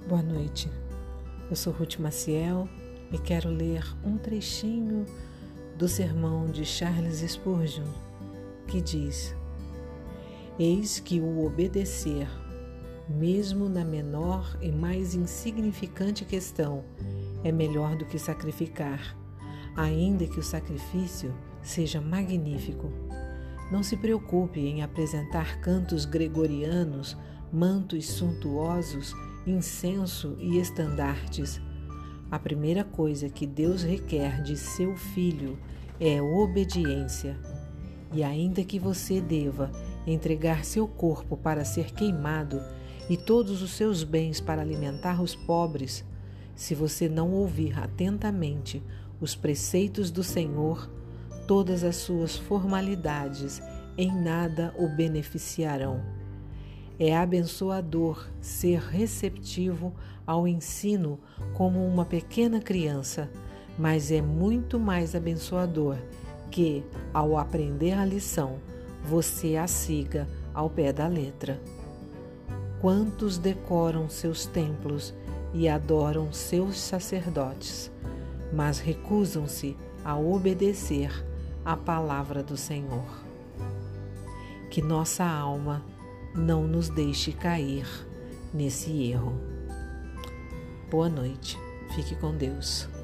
Boa noite, eu sou Ruth Maciel e quero ler um trechinho do sermão de Charles Spurgeon, que diz: Eis que o obedecer, mesmo na menor e mais insignificante questão, é melhor do que sacrificar, ainda que o sacrifício seja magnífico. Não se preocupe em apresentar cantos gregorianos, mantos suntuosos, incenso e estandartes. A primeira coisa que Deus requer de seu filho é obediência. E ainda que você deva entregar seu corpo para ser queimado e todos os seus bens para alimentar os pobres, se você não ouvir atentamente os preceitos do Senhor, todas as suas formalidades em nada o beneficiarão. É abençoador ser receptivo ao ensino como uma pequena criança, mas é muito mais abençoador que, ao aprender a lição, você a siga ao pé da letra. Quantos decoram seus templos e adoram seus sacerdotes, mas recusam-se a obedecer à palavra do Senhor. Que nossa alma não nos deixe cair nesse erro. Boa noite, fique com Deus.